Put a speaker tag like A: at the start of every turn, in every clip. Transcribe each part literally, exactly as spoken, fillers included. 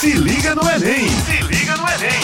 A: Se liga no Enem! Se liga no Enem!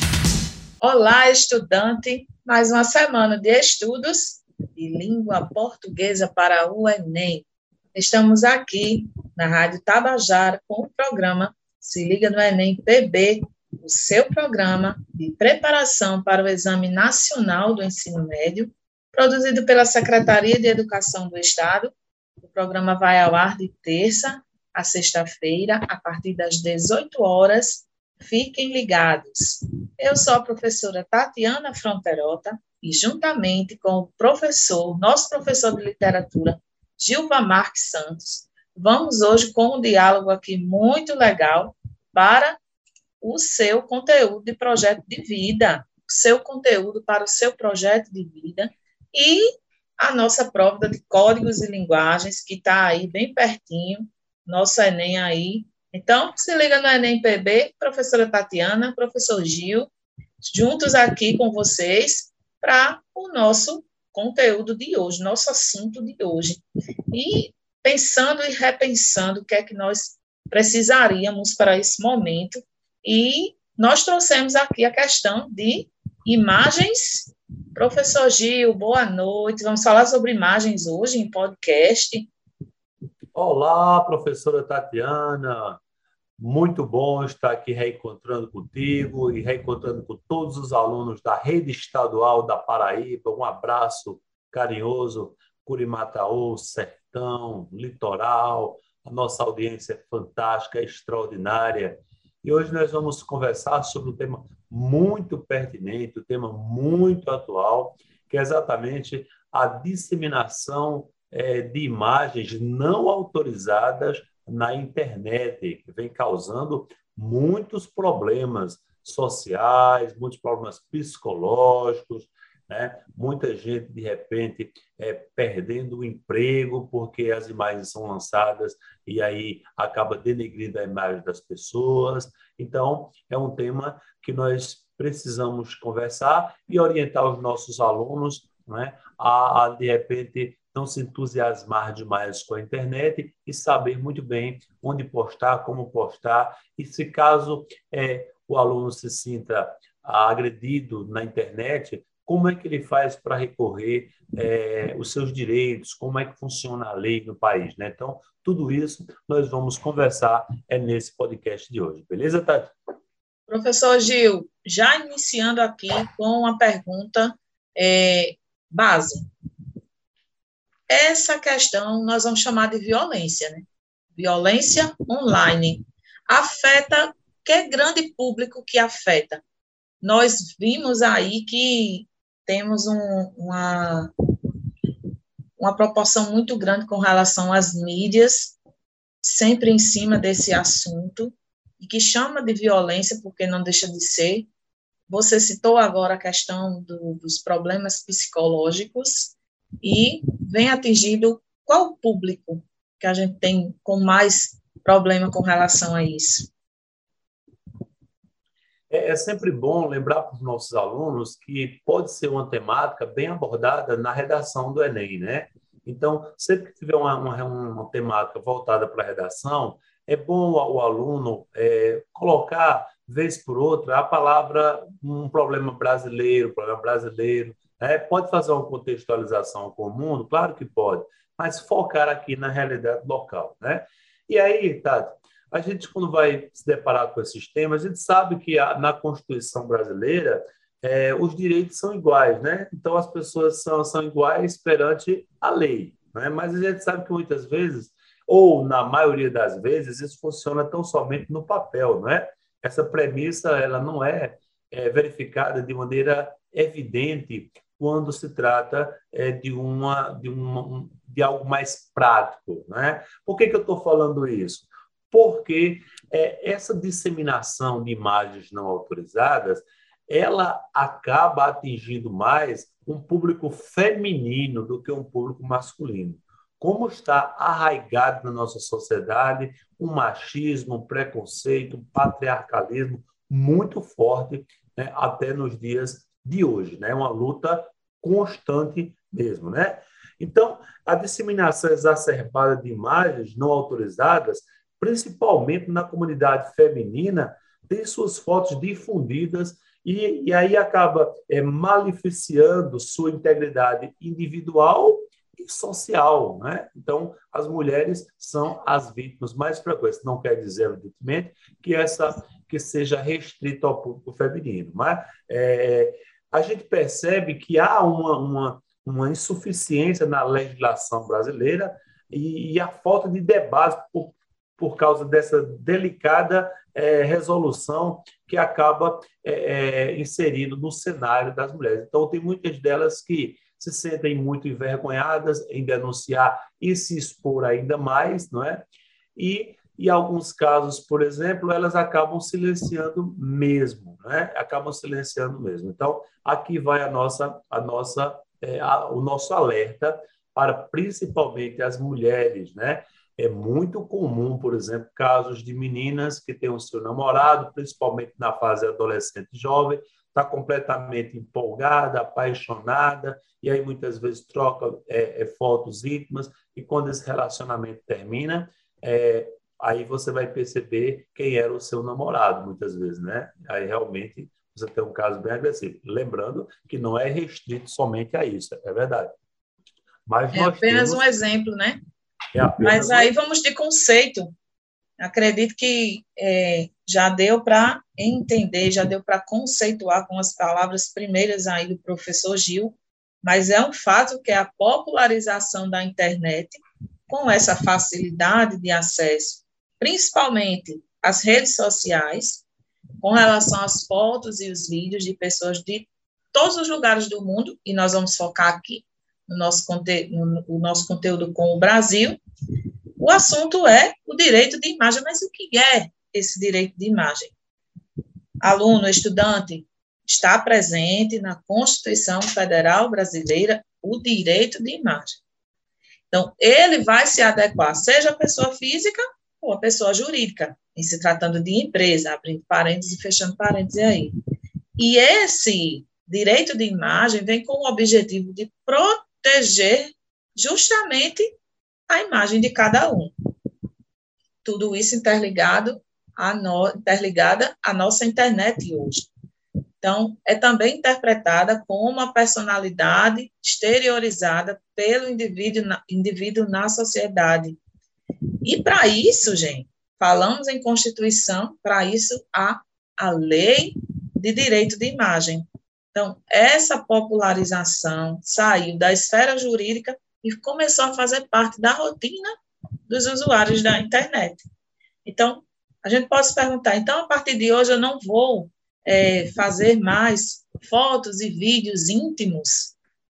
B: Olá, estudante! Mais uma semana de estudos de língua portuguesa para o Enem. Estamos aqui na Rádio Tabajara com o programa Se Liga no Enem P B, o seu programa de preparação para o Exame Nacional do Ensino Médio, produzido pela Secretaria de Educação do Estado. O programa vai ao ar de terça a sexta-feira, a partir das dezoito horas. Fiquem ligados. Eu sou a professora Tatiana Fronterota e, juntamente com o professor, nosso professor de literatura, Gilva Marques Santos, vamos hoje com um diálogo aqui muito legal para o seu conteúdo de projeto de vida, o seu conteúdo para o seu projeto de vida e a nossa prova de códigos e linguagens, que está aí bem pertinho, nosso Enem aí. Então, se liga no Enem P B, professora Tatiana, professor Gil, juntos aqui com vocês para o nosso conteúdo de hoje, nosso assunto de hoje. E pensando e repensando o que é que nós precisaríamos para esse momento, e nós trouxemos aqui a questão de imagens. Professor Gil, boa noite. Vamos falar sobre imagens hoje em podcast.
C: Olá, professora Tatiana. Muito bom estar aqui reencontrando contigo e reencontrando com todos os alunos da Rede Estadual da Paraíba. Um abraço carinhoso, Curimataú, Sertão, Litoral. A nossa audiência é fantástica, é extraordinária. E hoje nós vamos conversar sobre um tema muito pertinente, um tema muito atual, que é exatamente a disseminação é, de imagens não autorizadas na internet, que vem causando muitos problemas sociais, muitos problemas psicológicos, né? Muita gente, de repente, é, perdendo o emprego porque as imagens são lançadas e aí acaba denegrindo a imagem das pessoas. Então, é um tema que nós precisamos conversar e orientar os nossos alunos, né, a, a, de repente, não se entusiasmar demais com a internet e saber muito bem onde postar, como postar. E se caso é, o aluno se sinta agredido na internet, como é que ele faz para recorrer é, os seus direitos, como é que funciona a lei no país, né? Então, tudo isso nós vamos conversar é, nesse podcast de hoje. Beleza, Tati?
B: Professor Gil, já iniciando aqui com uma pergunta é, base. Essa questão nós vamos chamar de violência, né? Violência online. Afeta, que grande público que afeta? Nós vimos aí que temos um, uma, uma proporção muito grande com relação às mídias, sempre em cima desse assunto, e que chama de violência, porque não deixa de ser. Você citou agora a questão do, dos problemas psicológicos, e vem atingindo qual público que a gente tem com mais problema com relação a isso?
C: É sempre bom lembrar para os nossos alunos que pode ser uma temática bem abordada na redação do Enem, né? Então, sempre que tiver uma, uma, uma temática voltada para a redação, é bom o, o aluno é, colocar, vez por outra, a palavra um problema brasileiro, problema brasileiro, né? Pode fazer uma contextualização com o mundo? Claro que pode, mas focar aqui na realidade local, né? E aí, Tati, a gente, quando vai se deparar com esses temas, a gente sabe que a, na Constituição brasileira é, os direitos são iguais, né? Então, as pessoas são, são iguais perante a lei, né? Mas a gente sabe que muitas vezes, ou na maioria das vezes, isso funciona tão somente no papel, não é? Essa premissa ela não é, é verificada de maneira evidente quando se trata é, de, uma, de, uma, de algo mais prático, né? Por que que eu estou falando isso? Porque é, essa disseminação de imagens não autorizadas, ela acaba atingindo mais um público feminino do que um público masculino. Como está arraigado na nossa sociedade um machismo, um preconceito, um patriarcalismo muito forte, né, até nos dias de hoje, né? Uma luta constante mesmo, né? Então, a disseminação exacerbada de imagens não autorizadas principalmente na comunidade feminina, tem suas fotos difundidas e, e aí acaba é, maleficiando sua integridade individual e social, né? Então, as mulheres são as vítimas mais frequentes. Não quer dizer, evidentemente, que essa que seja restrito ao público feminino, mas é, a gente percebe que há uma, uma, uma insuficiência na legislação brasileira e, e a falta de debate por, por causa dessa delicada é, resolução que acaba é, é, inserindo no cenário das mulheres. Então, tem muitas delas que se sentem muito envergonhadas em denunciar e se expor ainda mais, não é? E, em alguns casos, por exemplo, elas acabam silenciando mesmo, né? Acabam silenciando mesmo. Então, aqui vai a nossa, a nossa, é, a, o nosso alerta para principalmente as mulheres, né? É muito comum, por exemplo, casos de meninas que têm o seu namorado, principalmente na fase adolescente jovem, está completamente empolgada, apaixonada, e aí muitas vezes troca é, é, fotos íntimas, e quando esse relacionamento termina, é, aí você vai perceber quem era o seu namorado, muitas vezes, né? Aí realmente você tem um caso bem agressivo. Lembrando que não é restrito somente a isso, é verdade. Mas
B: é
C: nós
B: apenas
C: temos...
B: um exemplo, né?
C: É apenas
B: Mas aí
C: um...
B: vamos de conceito. Acredito que é, já deu para entender, já deu para conceituar com as palavras primeiras aí do professor Gil, mas é um fato que a popularização da internet, com essa facilidade de acesso, principalmente às redes sociais, com relação às fotos e os vídeos de pessoas de todos os lugares do mundo, e nós vamos focar aqui no nosso, conte no, no nosso conteúdo com o Brasil. O assunto é o direito de imagem, mas o que é esse direito de imagem? Aluno, estudante, está presente na Constituição Federal Brasileira o direito de imagem. Então, ele vai se adequar, seja a pessoa física ou a pessoa jurídica, em se tratando de empresa, abrindo parênteses e fechando parênteses aí. E esse direito de imagem vem com o objetivo de proteger justamente a imagem de cada um. Tudo isso interligado a no, interligada à nossa internet hoje. Então, é também interpretada como uma personalidade exteriorizada pelo indivíduo na, indivíduo na sociedade. E para isso, gente, falamos em Constituição, para isso há a Lei de Direito de Imagem. Então, essa popularização saiu da esfera jurídica e começou a fazer parte da rotina dos usuários da internet. Então, a gente pode se perguntar, então, a partir de hoje eu não vou é, fazer mais fotos e vídeos íntimos?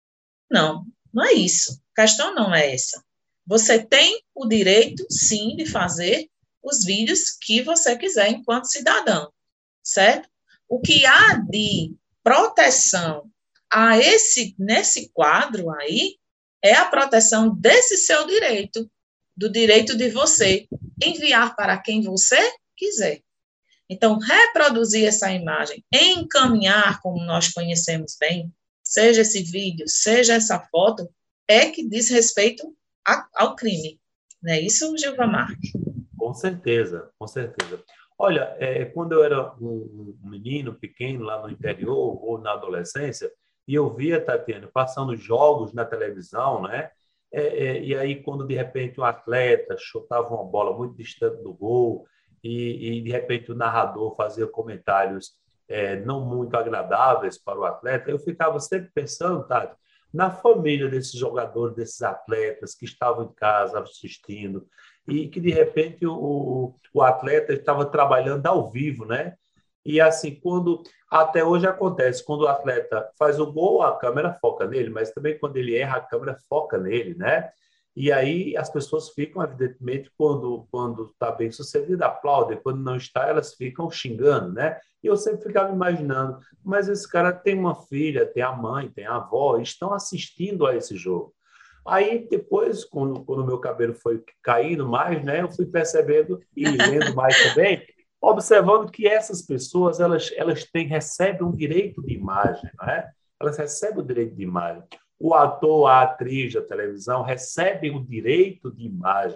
B: Não, não é isso. A questão não é essa. Você tem o direito, sim, de fazer os vídeos que você quiser enquanto cidadão, certo? O que há de proteção a esse, nesse quadro aí, é a proteção desse seu direito, do direito de você enviar para quem você quiser. Então, reproduzir essa imagem, encaminhar, como nós conhecemos bem, seja esse vídeo, seja essa foto, é que diz respeito a, ao crime. Não é isso, Gilva Marques?
C: Com certeza, com certeza. Olha, é, quando eu era um, um menino pequeno lá no interior ou na adolescência, e eu via, Tatiana, passando jogos na televisão, né? É, é, e aí, quando de repente um atleta chutava uma bola muito distante do gol e, e de repente o narrador fazia comentários é, não muito agradáveis para o atleta, eu ficava sempre pensando, Tati, na família desses jogadores, desses atletas que estavam em casa assistindo e que de repente o, o atleta estava trabalhando ao vivo, né? E assim, quando até hoje acontece, quando o atleta faz o gol, a câmera foca nele, mas também quando ele erra, a câmera foca nele, né? E aí as pessoas ficam, evidentemente, quando quando está bem sucedido, aplaudem, quando não está, elas ficam xingando, né? E eu sempre ficava imaginando, mas esse cara tem uma filha, tem a mãe, tem a avó, estão assistindo a esse jogo. Aí depois, quando o meu cabelo foi caindo mais, né? Eu fui percebendo e lendo mais também, observando que essas pessoas elas, elas têm, recebem um direito de imagem, não é? Elas recebem o direito de imagem. O ator, a atriz da televisão recebem o direito de imagem.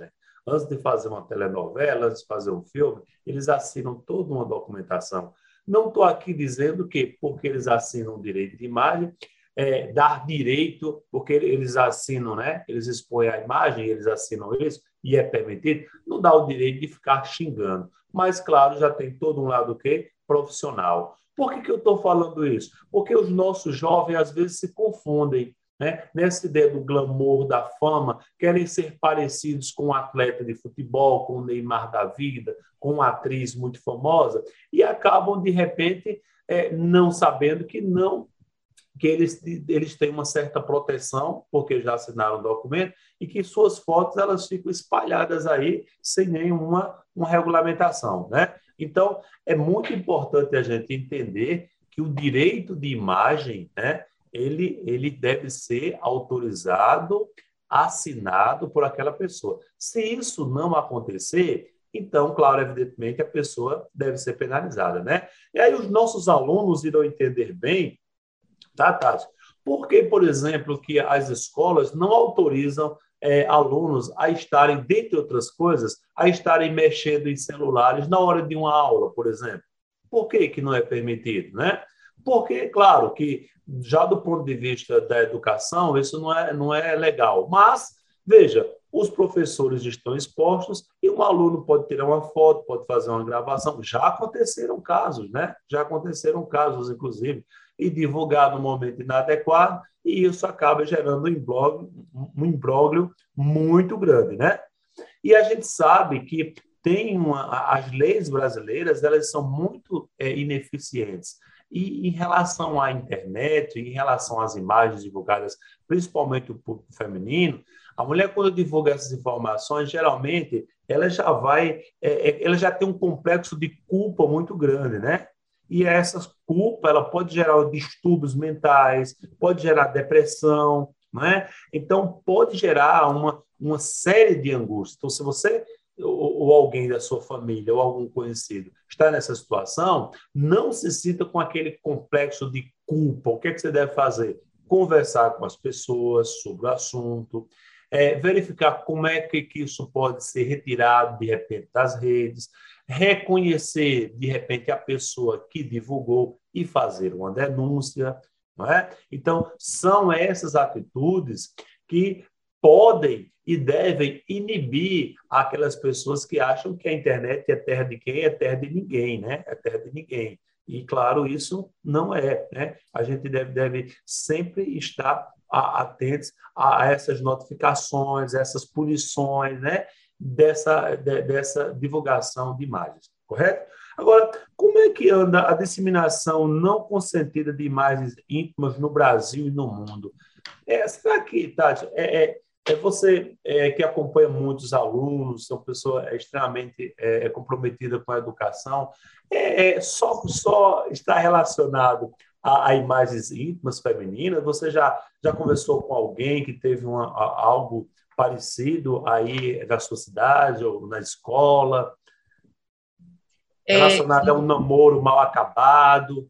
C: Antes de fazer uma telenovela, antes de fazer um filme, eles assinam toda uma documentação. Não estou aqui dizendo que, porque eles assinam direito de imagem, é, dar direito, porque eles assinam, né? Eles expõem a imagem, eles assinam isso, e é permitido, não dá o direito de ficar xingando. Mas, claro, já tem todo um lado o quê? Profissional. Por que, que eu estou falando isso? Porque os nossos jovens, às vezes, se confundem, né? Nessa ideia do glamour, da fama, querem ser parecidos com um atleta de futebol, com o Neymar da vida, com uma atriz muito famosa, e acabam, de repente, é, não sabendo que não, que eles, eles têm uma certa proteção, porque já assinaram o documento, e que suas fotos elas ficam espalhadas aí sem nenhuma uma regulamentação, né? Então, é muito importante a gente entender que o direito de imagem, né, ele, ele deve ser autorizado, assinado por aquela pessoa. Se isso não acontecer, então, claro, evidentemente, a pessoa deve ser penalizada, né? E aí os nossos alunos irão entender bem, tá, Tati? Porque, por exemplo, que as escolas não autorizam é, alunos a estarem, dentre outras coisas, a estarem mexendo em celulares na hora de uma aula, por exemplo. Por que que não é permitido, né? Porque, claro, que já do ponto de vista da educação, isso não é, não é legal. Mas, veja, os professores estão expostos e um aluno pode tirar uma foto, pode fazer uma gravação. Já aconteceram casos, né? Já aconteceram casos, inclusive, e divulgar no momento inadequado, e isso acaba gerando um imbróglio, um imbróglio muito grande, né? E a gente sabe que tem uma, as leis brasileiras, elas são muito é, ineficientes. E em relação à internet, em relação às imagens divulgadas, principalmente o público feminino, a mulher, quando divulga essas informações, geralmente, ela já vai, é, ela já tem um complexo de culpa muito grande, né? E essa culpa, ela pode gerar distúrbios mentais, pode gerar depressão, né? Então, pode gerar uma, uma série de angústias. Então, se você ou, ou alguém da sua família ou algum conhecido está nessa situação, não se sinta com aquele complexo de culpa. O que é que você deve fazer? Conversar com as pessoas sobre o assunto, é, verificar como é que, que isso pode ser retirado, de repente, das redes, reconhecer, de repente, a pessoa que divulgou e fazer uma denúncia, não é? Então, são essas atitudes que podem e devem inibir aquelas pessoas que acham que a internet é terra de quem? É terra de ninguém, né? É terra de ninguém. E, claro, isso não é, né? A gente deve, deve sempre estar atentos a essas notificações, essas punições, né? Dessa, de, dessa divulgação de imagens, correto? Agora, como é que anda a disseminação não consentida de imagens íntimas no Brasil e no mundo? É, será que, Tati, é, é, é você é, que acompanha muitos alunos, são pessoa extremamente é, comprometida com a educação, é, é, só, só está relacionado a, a imagens íntimas femininas? Você já, já conversou com alguém que teve uma, a, algo parecido aí na sua cidade ou na escola, relacionado
B: É,
C: a um namoro mal acabado?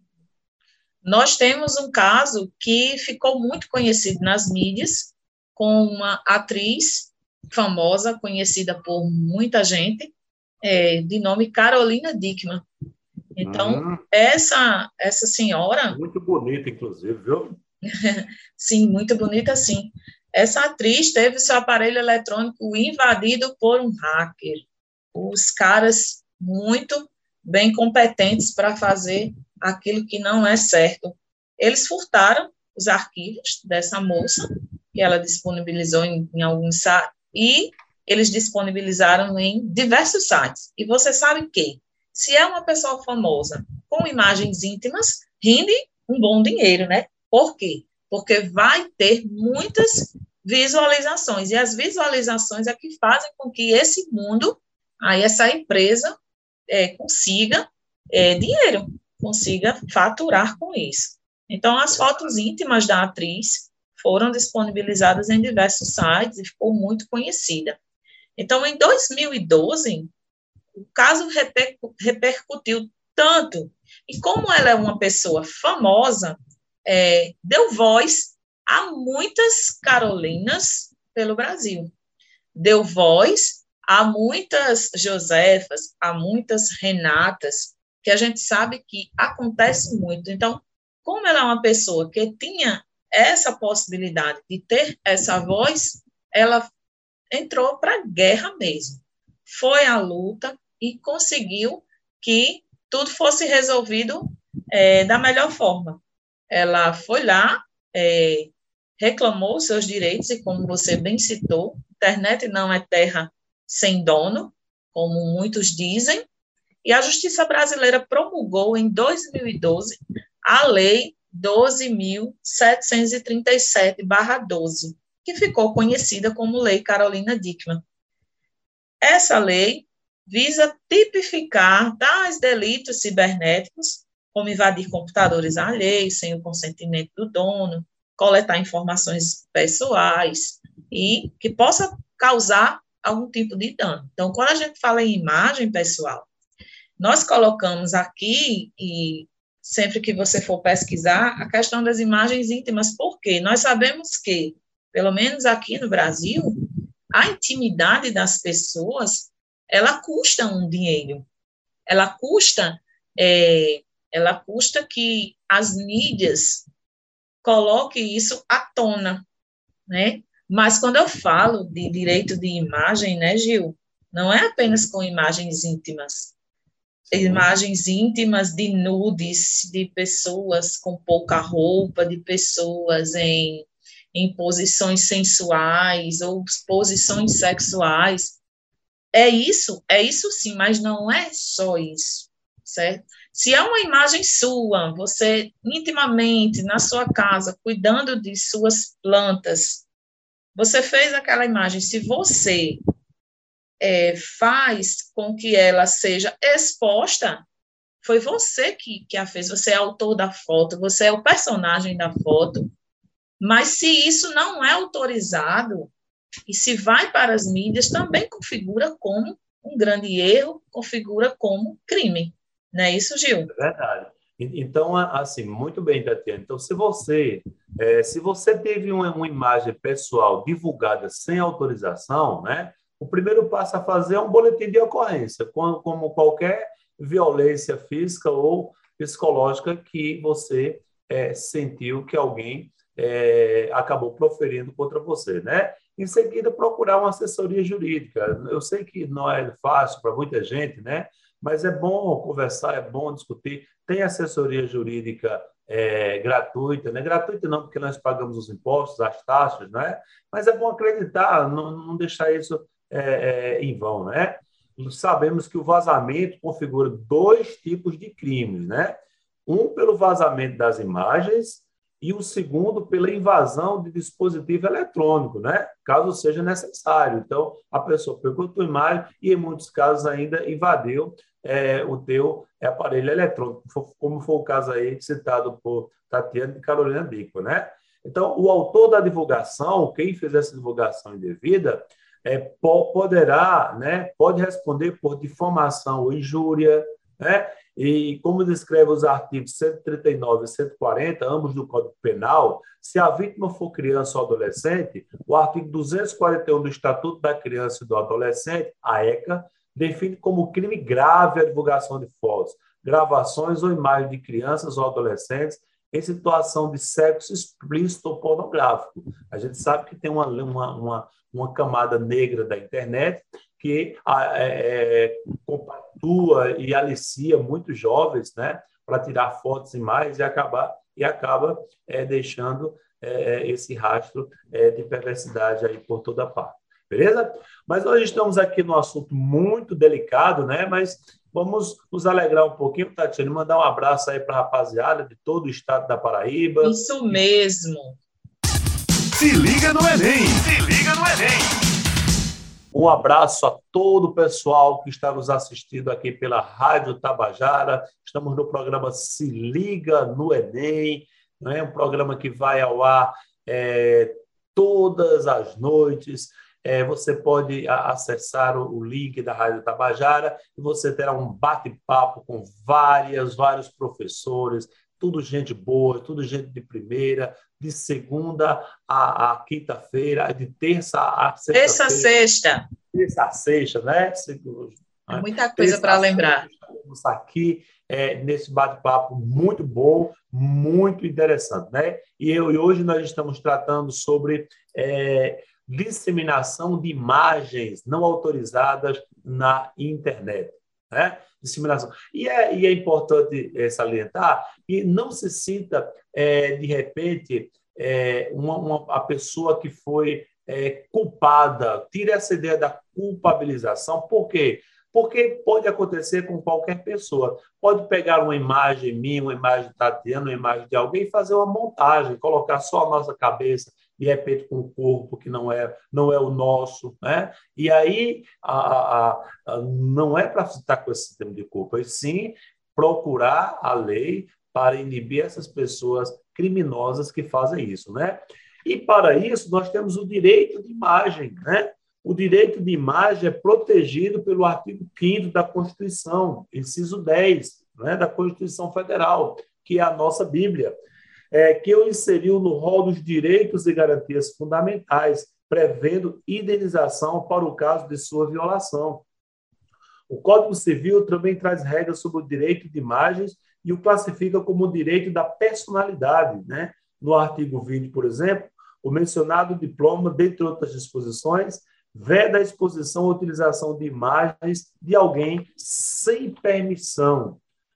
B: nós temos um caso que ficou muito conhecido nas mídias, com uma atriz famosa, conhecida por muita gente, é, de nome Carolina Dickmann. Então, hum, essa, essa senhora...
C: Muito bonita, inclusive, viu?
B: Sim, muito bonita, sim. Essa atriz teve seu aparelho eletrônico invadido por um hacker. Os caras muito bem competentes para fazer aquilo que não é certo. Eles furtaram os arquivos dessa moça, que ela disponibilizou em, em alguns sites, e eles disponibilizaram em diversos sites. E você sabe que, se é uma pessoa famosa com imagens íntimas, rende um bom dinheiro, né? Por quê? Porque vai ter muitas visualizações, e as visualizações é que fazem com que esse mundo, aí essa empresa, é, consiga é, dinheiro, consiga faturar com isso. Então, as fotos íntimas da atriz foram disponibilizadas em diversos sites e ficou muito conhecida. Então, em dois mil e doze, o caso reper, repercutiu tanto, e como ela é uma pessoa famosa, é, deu voz a muitas Carolinas pelo Brasil. Deu voz há muitas Josefas, há muitas Renatas, que a gente sabe que acontece muito. Então, como ela é uma pessoa que tinha essa possibilidade de ter essa voz, ela entrou para a guerra mesmo. Foi à luta e conseguiu que tudo fosse resolvido é, da melhor forma. Ela foi lá, é, reclamou os seus direitos, e como você bem citou, internet não é terra sem dono, como muitos dizem, e a Justiça Brasileira promulgou em dois mil e doze a Lei doze mil setecentos e trinta e sete barra doze, que ficou conhecida como Lei Carolina Dickmann. Essa lei visa tipificar tais delitos cibernéticos, como invadir computadores alheios sem o consentimento do dono, coletar informações pessoais e que possa causar algum tipo de dano. Então, quando a gente fala em imagem, pessoal, nós colocamos aqui, e sempre que você for pesquisar, a questão das imagens íntimas, porque nós sabemos que, pelo menos aqui no Brasil, a intimidade das pessoas, ela custa um dinheiro, ela custa, é, ela custa que as mídias coloquem isso à tona, né? Mas quando eu falo de direito de imagem, né, Gil, não é apenas com imagens íntimas, imagens íntimas de nudes, de pessoas com pouca roupa, de pessoas em, em posições sensuais ou posições sexuais. É isso, é isso sim, mas não é só isso, certo? Se é uma imagem sua, você intimamente na sua casa, cuidando de suas plantas, você fez aquela imagem, se você é, faz com que ela seja exposta, foi você que, que a fez, você é autor da foto, você é o personagem da foto, mas se isso não é autorizado, e se vai para as mídias, também configura como um grande erro, configura como crime. Não é isso, Gil?
C: É verdade. Então, assim, muito bem, Tatiana. Então, se você, é, se você teve uma, uma imagem pessoal divulgada sem autorização, né, o primeiro passo a fazer é um boletim de ocorrência, como, como qualquer violência física ou psicológica que você é, sentiu que alguém é, acabou proferindo contra você, né? Em seguida, procurar uma assessoria jurídica. Eu sei que não é fácil para muita gente, né? Mas é bom conversar, é bom discutir. Tem assessoria jurídica é, gratuita, né? Gratuita não, porque nós pagamos os impostos, as taxas, né? Mas é bom acreditar, não, não deixar isso é, é, em vão, né? Sabemos que o vazamento configura dois tipos de crimes, né? Um pelo vazamento das imagens e o segundo pela invasão de dispositivo eletrônico, né? Caso seja necessário. Então, a pessoa pegou a tua imagem e, em muitos casos, ainda invadiu é, o teu aparelho eletrônico, como foi o caso aí citado por Tatiana e Carolina Dickmann, né? Então, o autor da divulgação, quem fez essa divulgação indevida, é, poderá, né, pode responder por difamação ou injúria, né? E como descreve os artigos cento e trinta e nove e cento e quarenta, ambos do Código Penal, se a vítima for criança ou adolescente, o artigo duzentos e quarenta e um do Estatuto da Criança e do Adolescente, a ECA, define como crime grave a divulgação de fotos, gravações ou imagens de crianças ou adolescentes em situação de sexo explícito ou pornográfico. A gente sabe que tem uma, uma, uma, uma camada negra da internet que é, é, compactua e alicia muitos jovens, né, para tirar fotos e imagens e, acabar, e acaba é, deixando é, esse rastro é, de perversidade aí por toda parte. Beleza? Mas nós estamos aqui num assunto muito delicado, né? Mas vamos nos alegrar um pouquinho, Tatiana, e mandar um abraço aí para a rapaziada de todo o estado da Paraíba.
B: Isso mesmo.
A: Se liga no Enem! Se liga no Enem!
C: Um abraço a todo o pessoal que está nos assistindo aqui pela Rádio Tabajara. Estamos no programa Se Liga no Enem, né? Um programa que vai ao ar é, todas as noites. É, você pode acessar o, o link da Rádio Tabajara e você terá um bate-papo com várias, vários professores, tudo gente boa, tudo gente de primeira, de segunda a, a quinta-feira, de terça a
B: Terça a
C: sexta-feira,
B: sexta.
C: terça a sexta, né?
B: É muita coisa
C: Terça
B: para
C: a sexta,
B: lembrar.
C: estamos aqui é, nesse bate-papo muito bom, muito interessante, né? E, eu, e hoje nós estamos tratando sobre é, disseminação de imagens não autorizadas na internet, né? Disseminação. E é, e é importante é, salientar que não se sinta, é, de repente, é, uma, uma, a pessoa que foi é, culpada, tire essa ideia da culpabilização. Por quê? Porque pode acontecer com qualquer pessoa. Pode pegar uma imagem minha, uma imagem de Tatiana, uma imagem de alguém e fazer uma montagem, colocar só a nossa cabeça, de repente com o corpo que não é, não é o nosso, né? E aí a, a, a, não é para estar com esse sistema de culpa, e sim procurar a lei para inibir essas pessoas criminosas que fazem isso, né? E para isso nós temos o direito de imagem, né? O direito de imagem é protegido pelo artigo quinto da Constituição, inciso dez, né, da Constituição Federal, que é a nossa Bíblia, é, que eu inseriu no rol dos direitos e garantias fundamentais, prevendo indenização para o caso de sua violação. O Código Civil também traz regras sobre o direito de imagens e o classifica como o direito da personalidade, né? No artigo vinte, por exemplo, o mencionado diploma, dentre outras disposições, veda a exposição ou utilização de imagens de alguém sem permissão,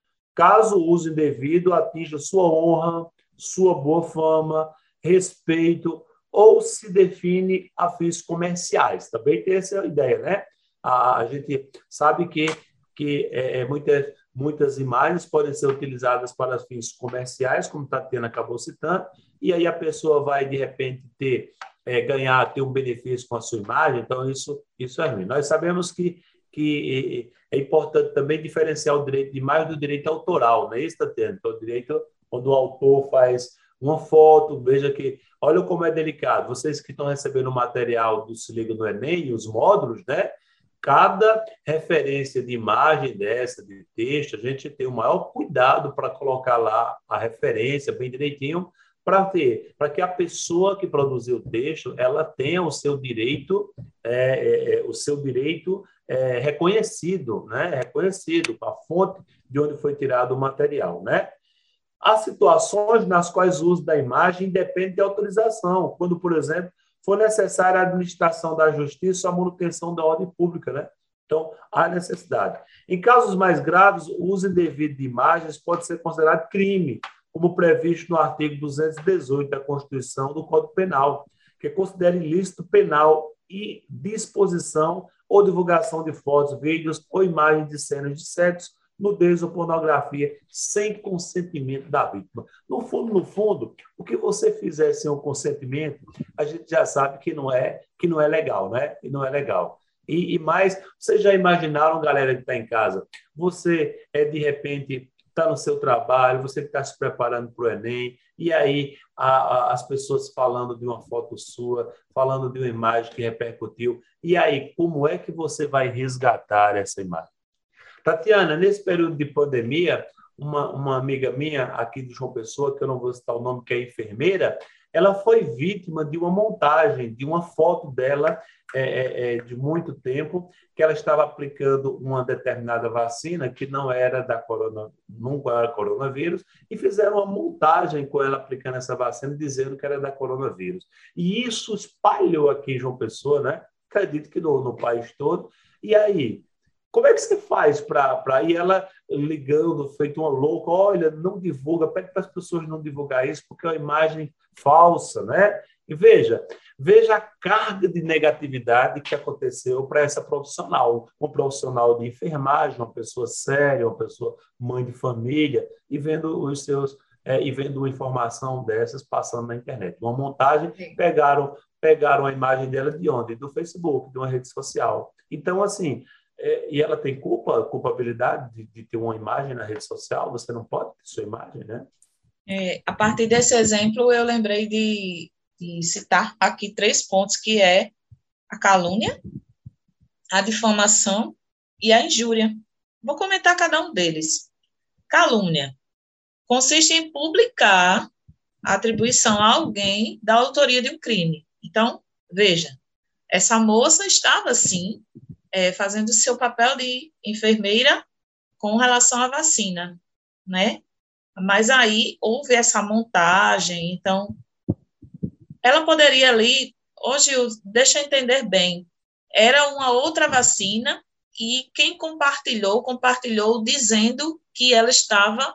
C: caso o uso indevido atinja sua honra, sua boa fama, respeito ou se define a fins comerciais. Também tem essa ideia, né? A, a gente sabe que, que é, muitas, muitas imagens podem ser utilizadas para fins comerciais, como Tatiana acabou citando, e aí a pessoa vai, de repente, ter É, ganhar, ter um benefício com a sua imagem, então isso, isso é ruim. Nós sabemos que, que é importante também diferenciar o direito de imagem do direito autoral, não é isso, Tatiana? Então, o direito, quando o autor faz uma foto, veja que, olha como é delicado, vocês que estão recebendo o material do Se Liga no Enem, os módulos, né? Cada referência de imagem dessa, de texto, a gente tem o maior cuidado para colocar lá a referência bem direitinho, para ter, para que a pessoa que produziu o texto, ela tenha o seu direito, é, é, o seu direito é, reconhecido, né? Reconhecido, a fonte de onde foi tirado o material, né? Há situações nas quais o uso da imagem depende de autorização, quando, por exemplo, for necessária a administração da justiça ou a manutenção da ordem pública, né? Então, há necessidade. Em casos mais graves, o uso indevido de imagens pode ser considerado crime, como previsto no artigo duzentos e dezoito da Constituição do Código Penal, que considera ilícito penal e disposição ou divulgação de fotos, vídeos ou imagens de cenas de sexo, nudez ou pornografia sem consentimento da vítima. No fundo, no fundo, o que você fizer sem o consentimento, a gente já sabe que não é, que não é legal, né? Que não é legal. E, e mais, vocês já imaginaram, galera que está em casa, você é de repente está no seu trabalho, você que está se preparando para o Enem, e aí a, a, as pessoas falando de uma foto sua, falando de uma imagem que repercutiu, e aí, como é que você vai resgatar essa imagem? Tatiana, nesse período de pandemia, uma, uma amiga minha aqui de João Pessoa, que eu não vou citar o nome, que é enfermeira, ela foi vítima de uma montagem, de uma foto dela é, é, de muito tempo, que ela estava aplicando uma determinada vacina que não era da corona, nunca era coronavírus, e fizeram uma montagem com ela aplicando essa vacina, dizendo que era da coronavírus. E isso espalhou aqui em João Pessoa, né? Acredito que no, no país todo. E aí, como é que você faz para ir ela ligando, feito uma louca, olha, não divulga, pede para as pessoas não divulgar isso, porque é uma imagem falsa, né? E veja, veja a carga de negatividade que aconteceu para essa profissional, um profissional de enfermagem, uma pessoa séria, uma pessoa mãe de família, e vendo os seus é, e vendo uma informação dessas passando na internet. Uma montagem, pegaram, pegaram a imagem dela de onde? Do Facebook, de uma rede social. Então, assim, É, e ela tem culpa, culpabilidade de, de ter uma imagem na rede social, você não pode ter sua imagem, né?
B: É, a partir desse exemplo, eu lembrei de, de citar aqui três pontos, que é a calúnia, a difamação e a injúria. Vou comentar cada um deles. Calúnia. consiste em publicar a atribuição a alguém da autoria de um crime. Então, veja, essa moça estava, sim, é, fazendo o seu papel de enfermeira com relação à vacina, né? Mas aí houve essa montagem, então, ela poderia ali, hoje, deixa eu entender bem, era uma outra vacina e quem compartilhou, compartilhou dizendo que ela estava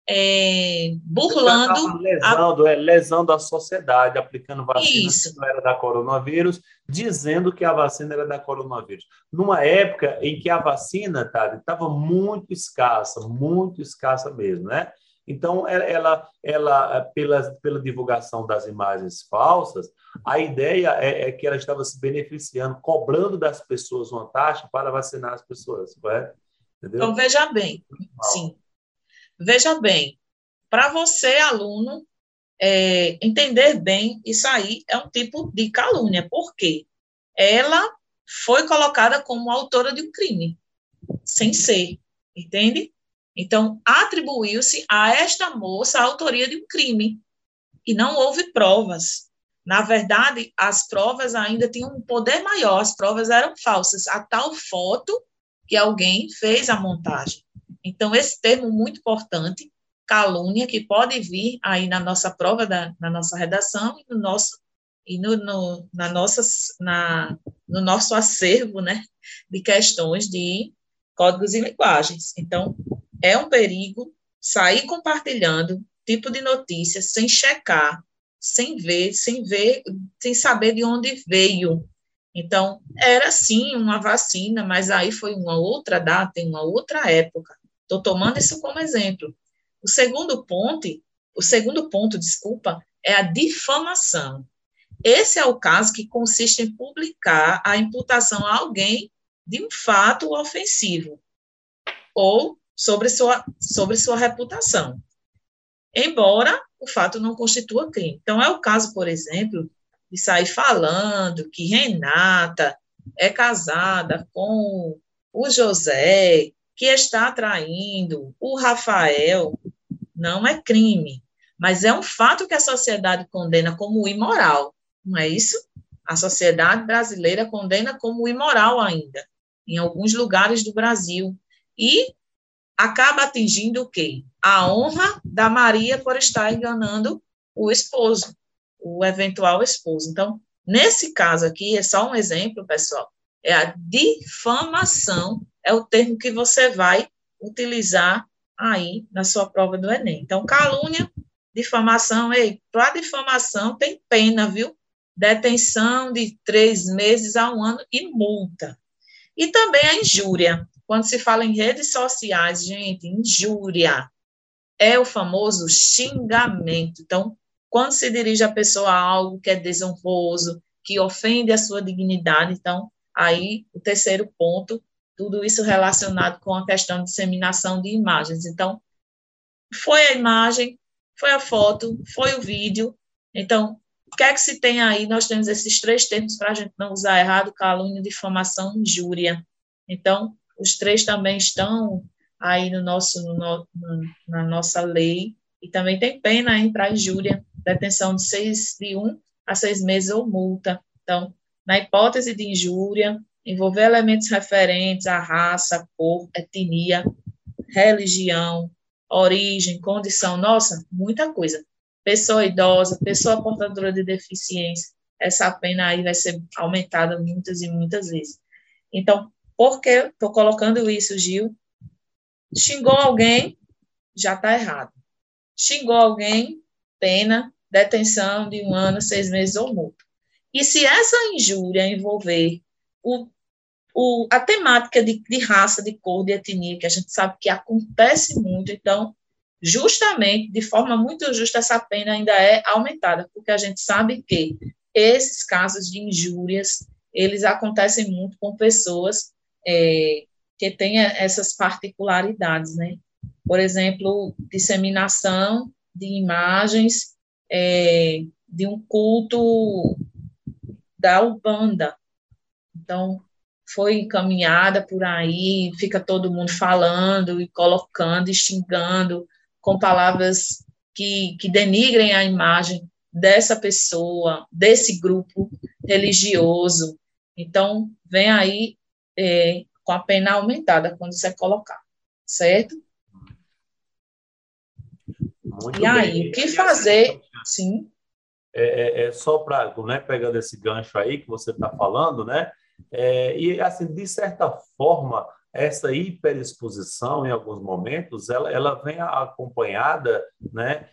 B: é, burlando...
C: Lesando, a... é, lesando a sociedade, aplicando vacina
B: Isso.
C: que não era da coronavírus, dizendo que a vacina era da coronavírus. Numa época em que a vacina, tá, estava muito escassa, muito escassa mesmo, né? Então, ela, ela pela, pela divulgação das imagens falsas, a ideia é, é que ela estava se beneficiando, cobrando das pessoas uma taxa para vacinar as pessoas, correto? Entendeu?
B: Então, veja bem, sim. Veja bem, para você, aluno, é, entender bem, isso aí é um tipo de calúnia, porque ela foi colocada como autora de um crime, sem ser, entende? Então, atribuiu-se a esta moça a autoria de um crime, e não houve provas. Na verdade, as provas ainda tinham um poder maior, as provas eram falsas, a tal foto que alguém fez a montagem. Então, esse termo muito importante, calúnia, que pode vir aí na nossa prova, da, na nossa redação e no nosso, e no, no, na nossa, na, no nosso acervo, né, de questões de códigos e linguagens. Então, é um perigo sair compartilhando tipo de notícia sem checar, sem ver, sem ver, sem saber de onde veio. Então, era sim uma vacina, mas aí foi uma outra data, em uma outra época. Estou tomando isso como exemplo. O segundo ponto, o segundo ponto, desculpa, é a difamação. Esse é o caso que consiste em publicar a imputação a alguém de um fato ofensivo ou sobre sua, sobre sua reputação, embora o fato não constitua crime. Então, é o caso, por exemplo, de sair falando que Renata é casada com o José, que está traindo o Rafael. Não é crime, mas é um fato que a sociedade condena como imoral, não é isso? A sociedade brasileira condena como imoral ainda, em alguns lugares do Brasil, e acaba atingindo o quê? A honra da Maria por estar enganando o esposo, o eventual esposo. Então, nesse caso aqui, é só um exemplo, pessoal, é a difamação, é o termo que você vai utilizar aí na sua prova do Enem. Então, calúnia, difamação, ei, para difamação tem pena, viu? Detenção de três meses a um ano e multa. E também a injúria. Quando se fala em redes sociais, gente, injúria é o famoso xingamento. Então, quando se dirige a pessoa a algo que é desonroso, que ofende a sua dignidade, então, aí, o terceiro ponto, tudo isso relacionado com a questão de disseminação de imagens. Então, foi a imagem, foi a foto, foi o vídeo. Então, o que é que se tem aí? Nós temos esses três termos para a gente não usar errado: calúnia, difamação, injúria. Então, os três também estão aí no nosso, no, no, na nossa lei, e também tem pena aí para injúria, detenção de, seis, de um a seis meses ou multa. Então, na hipótese de injúria, envolver elementos referentes à raça, cor, etnia, religião, origem, condição, nossa, muita coisa. Pessoa idosa, pessoa portadora de deficiência, essa pena aí vai ser aumentada muitas e muitas vezes. Então, por que estou colocando isso, Gil? Xingou alguém, já está errado. Xingou alguém, pena, detenção de um ano, seis meses ou multa. E se essa injúria envolver o, o, a temática de, de raça, de cor, de etnia, que a gente sabe que acontece muito, então, justamente, de forma muito justa, essa pena ainda é aumentada, porque a gente sabe que esses casos de injúrias, eles acontecem muito com pessoas é, que têm essas particularidades, né? Por exemplo, disseminação de imagens é, de um culto da Umbanda. Então, foi encaminhada por aí, fica todo mundo falando e colocando e xingando com palavras que, que denigrem a imagem dessa pessoa, desse grupo religioso. Então, vem aí é, com a pena aumentada quando você colocar, certo?
C: Muito
B: e aí,
C: bem.
B: o que
C: E, assim,
B: fazer? Sim.
C: É, é, é só para, né, pegando esse gancho aí que você está falando, né? É, e, assim, de certa forma, essa hiperexposição, em alguns momentos, ela, ela vem acompanhada, né,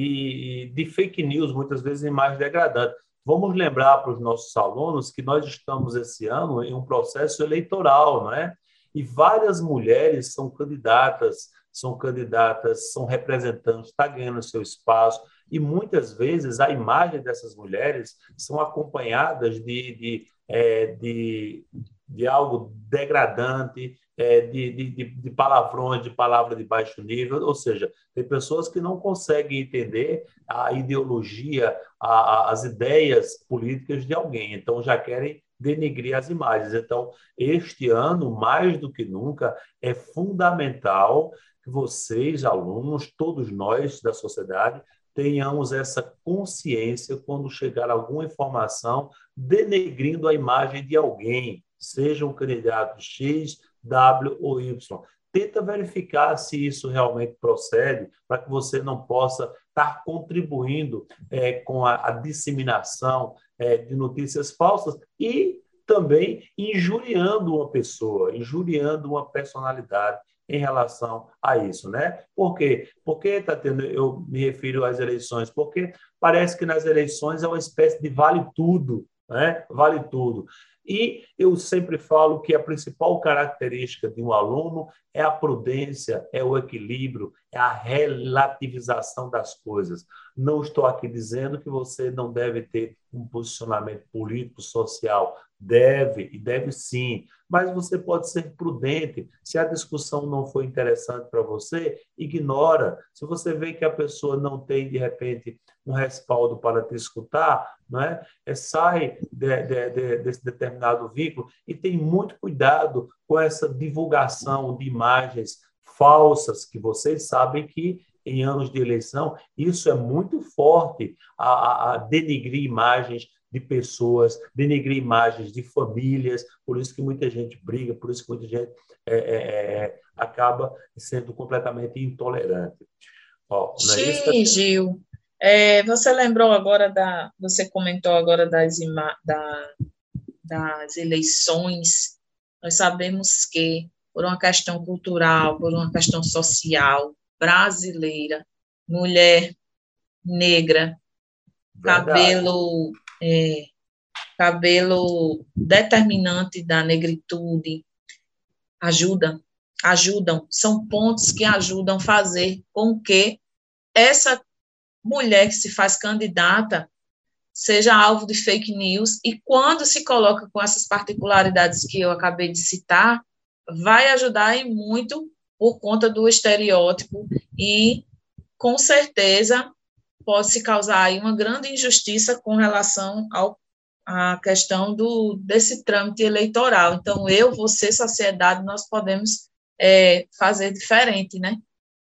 C: de, de fake news, muitas vezes imagens degradantes. Vamos lembrar para os nossos alunos que nós estamos, esse ano, em um processo eleitoral, não é? E várias mulheres são candidatas, são candidatas, são representantes, está ganhando seu espaço, e muitas vezes a imagem dessas mulheres são acompanhadas de, de, é, de, de algo degradante, é, de, de, de palavrões, de palavra de baixo nível, ou seja, tem pessoas que não conseguem entender a ideologia, a, a, as ideias políticas de alguém, então já querem denegrir as imagens. Então, este ano, mais do que nunca, é fundamental que vocês, alunos, todos nós da sociedade, tenhamos essa consciência quando chegar alguma informação denegrindo a imagem de alguém, seja um candidato X, W ou Y. Tenta verificar se isso realmente procede, para que você não possa estar contribuindo é, com a, a disseminação é, de notícias falsas e também injuriando uma pessoa, injuriando uma personalidade em relação a isso, né? Por quê? Porque, Tatiana, eu me refiro às eleições, porque parece que nas eleições é uma espécie de vale tudo, né? Vale tudo. E eu sempre falo que a principal característica de um aluno é a prudência, é o equilíbrio, é a relativização das coisas. Não estou aqui dizendo que você não deve ter um posicionamento político, social. Deve, e deve sim, mas você pode ser prudente. Se a discussão não for interessante para você, ignora. Se você vê que a pessoa não tem, de repente, um respaldo para te escutar, não é? É, sai de, de, de, desse determinado vínculo e tem muito cuidado com essa divulgação de imagens falsas, que vocês sabem que em anos de eleição isso é muito forte, a, a, a denigrir imagens de pessoas, denegrir imagens de famílias, por isso que muita gente briga, por isso que muita gente é, é, é, acaba sendo completamente intolerante. Ó, não é isso,
B: Sim,
C: Tatiana?
B: Gil. É, você lembrou agora da, você comentou agora das, ima, da, das eleições. Nós sabemos que, por uma questão cultural, por uma questão social brasileira, mulher negra,
C: Verdade.
B: cabelo, é, cabelo determinante da negritude, ajudam, ajudam, são pontos que ajudam a fazer com que essa mulher que se faz candidata seja alvo de fake news, e quando se coloca com essas particularidades que eu acabei de citar, vai ajudar e muito por conta do estereótipo, e com certeza pode se causar aí uma grande injustiça com relação ao a questão do, desse trâmite eleitoral. Então, eu, você, sociedade, nós podemos é, fazer diferente, né?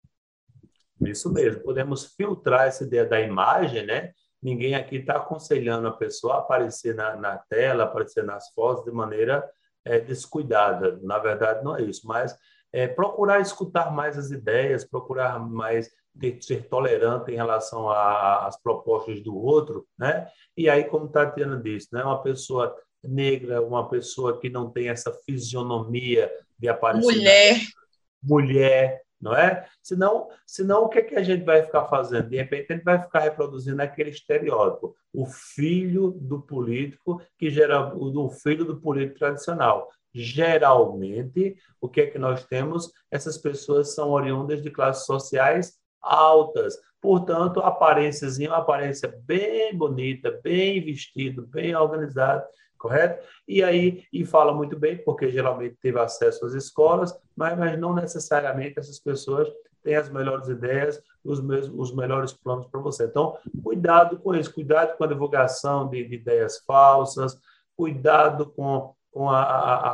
C: Isso mesmo, podemos filtrar essa ideia da imagem, né? Ninguém aqui está aconselhando a pessoa a aparecer na, na tela, aparecer nas fotos de maneira é, descuidada. Na verdade, não é isso, mas é, procurar escutar mais as ideias, procurar mais ter, ser tolerante em relação às propostas do outro, né? E aí, como Tatiana disse, né? Uma pessoa negra, uma pessoa que não tem essa fisionomia de aparecer na
B: Mulher.
C: mulher, não é? Senão, senão, o que é que a gente vai ficar fazendo? De repente, a gente vai ficar reproduzindo aquele estereótipo. O filho do político, que gera o filho do político tradicional. Geralmente, o que é que nós temos? Essas pessoas são oriundas de classes sociais altas. Portanto, a aparênciazinha, uma aparência bem bonita, bem vestido, bem organizado, correto? E aí, e fala muito bem, porque geralmente teve acesso às escolas, mas, mas não necessariamente essas pessoas têm as melhores ideias, os, mesmos, os melhores planos para você. Então, cuidado com isso, cuidado com a divulgação de, de ideias falsas, cuidado com, com a, a, as,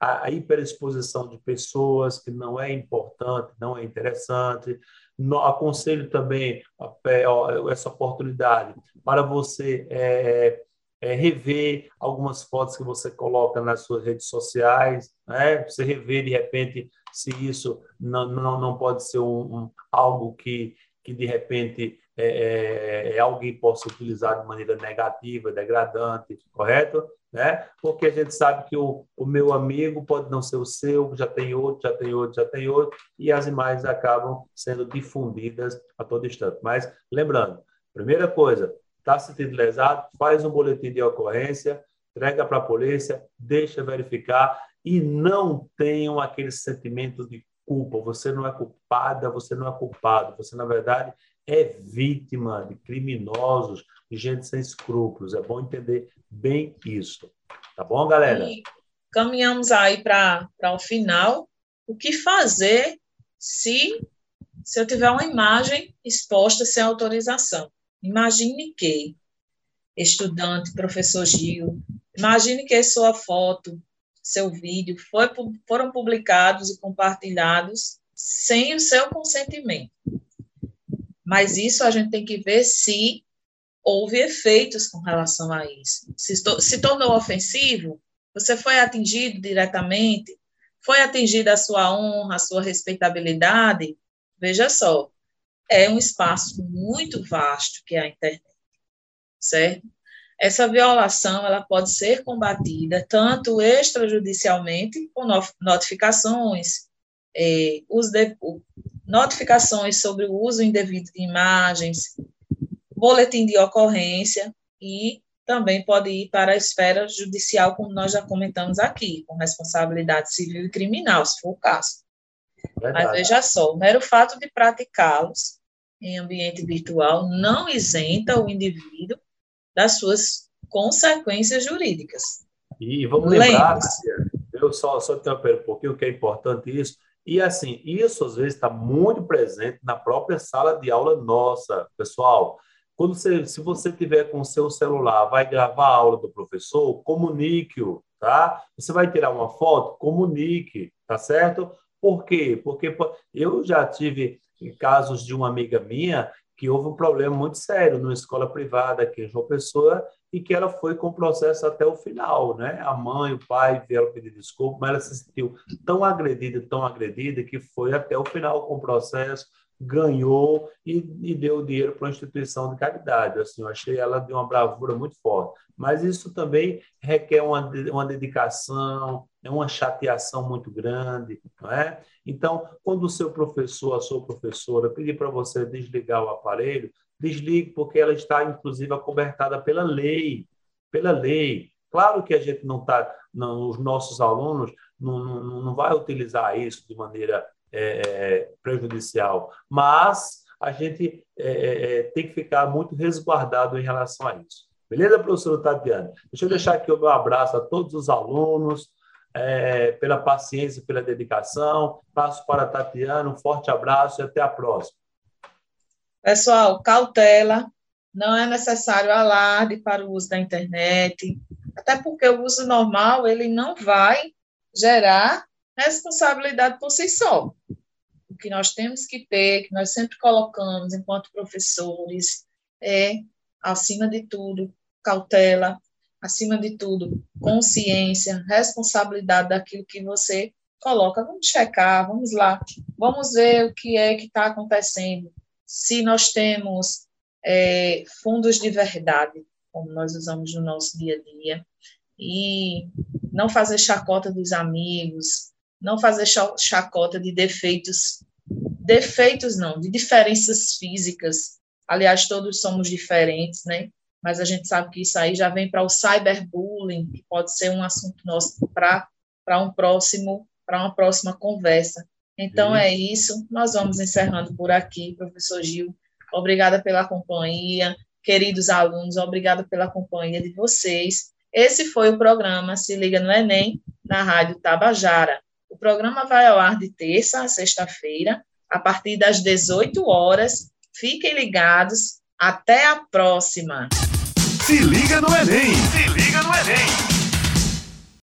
C: a, a hiperexposição de pessoas que não é importante, não é interessante. No, aconselho também a, essa oportunidade para você é, é, rever algumas fotos que você coloca nas suas redes sociais, né? Você rever, de repente, se isso não, não, não pode ser um, um, algo que, que, de repente, é, é, alguém possa utilizar de maneira negativa, degradante, correto? Né? Porque a gente sabe que o, o meu amigo pode não ser o seu, já tem outro, já tem outro, já tem outro, e as imagens acabam sendo difundidas a todo instante. Mas, lembrando, primeira coisa, está se sentindo lesado, faz um boletim de ocorrência, entrega para a polícia, deixa verificar e não tenham aquele sentimento de culpa. Você não é culpada, você não é culpado, você, na verdade, é vítima de criminosos, de gente sem escrúpulos. É bom entender bem isso. Tá bom, galera?
B: E caminhamos aí para o final. O que fazer se, se eu tiver uma imagem exposta sem autorização? Imagine que, estudante, professor Gil, imagine que sua foto, seu vídeo foi, foram publicados e compartilhados sem o seu consentimento. Mas isso a gente tem que ver se houve efeitos com relação a isso. Se, se tornou ofensivo, você foi atingido diretamente, foi atingida a sua honra, a sua respeitabilidade. Veja só, é um espaço muito vasto que é a internet, certo? Essa violação ela pode ser combatida tanto extrajudicialmente, com notificações, eh, os de, notificações sobre o uso indevido de imagens, boletim de ocorrência, e também pode ir para a esfera judicial, como nós já comentamos aqui, com responsabilidade civil e criminal, se for o caso. Verdade. Mas veja só, o mero fato de praticá-los em ambiente virtual não isenta o indivíduo das suas consequências jurídicas.
C: E vamos lembrar, eu só, só interromper um pouquinho, que é importante isso, e assim, isso às vezes está muito presente na própria sala de aula nossa, pessoal. Quando você, se você tiver com o seu celular, vai gravar a aula do professor, comunique-o, tá? Você vai tirar uma foto, comunique, tá certo? Por quê? Porque eu já tive casos de uma amiga minha que houve um problema muito sério numa escola privada aqui em João Pessoa e que ela foi com o processo até o final, né? A mãe, o pai vieram pedir desculpa, mas ela se sentiu tão agredida, tão agredida, que foi até o final com o processo, ganhou e, e deu dinheiro para uma instituição de caridade. Assim, eu achei ela de uma bravura muito forte. Mas isso também requer uma, uma dedicação, uma chateação muito grande, não é? Então, quando o seu professor, a sua professora, pedir para você desligar o aparelho, desligue, porque ela está, inclusive, acobertada pela lei, pela lei. Claro que a gente não está, os nossos alunos não, não, não vai utilizar isso de maneira é, prejudicial, mas a gente é, é, tem que ficar muito resguardado em relação a isso. Beleza, professora Tatiana? Deixa eu deixar aqui o meu abraço a todos os alunos, é, pela paciência, pela dedicação. Passo para a Tatiana, um forte abraço e até a próxima.
B: Pessoal, cautela, não é necessário alarde para o uso da internet, até porque o uso normal ele não vai gerar responsabilidade por si só. O que nós temos que ter, que nós sempre colocamos enquanto professores, é, acima de tudo, cautela, acima de tudo, consciência, responsabilidade daquilo que você coloca. Vamos checar, vamos lá, vamos ver o que é que está acontecendo. Se nós temos é, fundos de verdade, como nós usamos no nosso dia a dia, e não fazer chacota dos amigos, não fazer chacota de defeitos, defeitos não, de diferenças físicas. Aliás, todos somos diferentes, né? Mas a gente sabe que isso aí já vem para o cyberbullying, que pode ser um assunto nosso para para um próximo, para uma próxima conversa. Então, uhum. É isso. Nós vamos encerrando por aqui, professor Gil. Obrigada pela companhia. Queridos alunos, obrigada pela companhia de vocês. Esse foi o programa Se Liga no Enem, na Rádio Tabajara. O programa vai ao ar de terça a sexta-feira, a partir das dezoito horas. Fiquem ligados. Até a próxima.
A: Se liga no Enem! Se liga no Enem!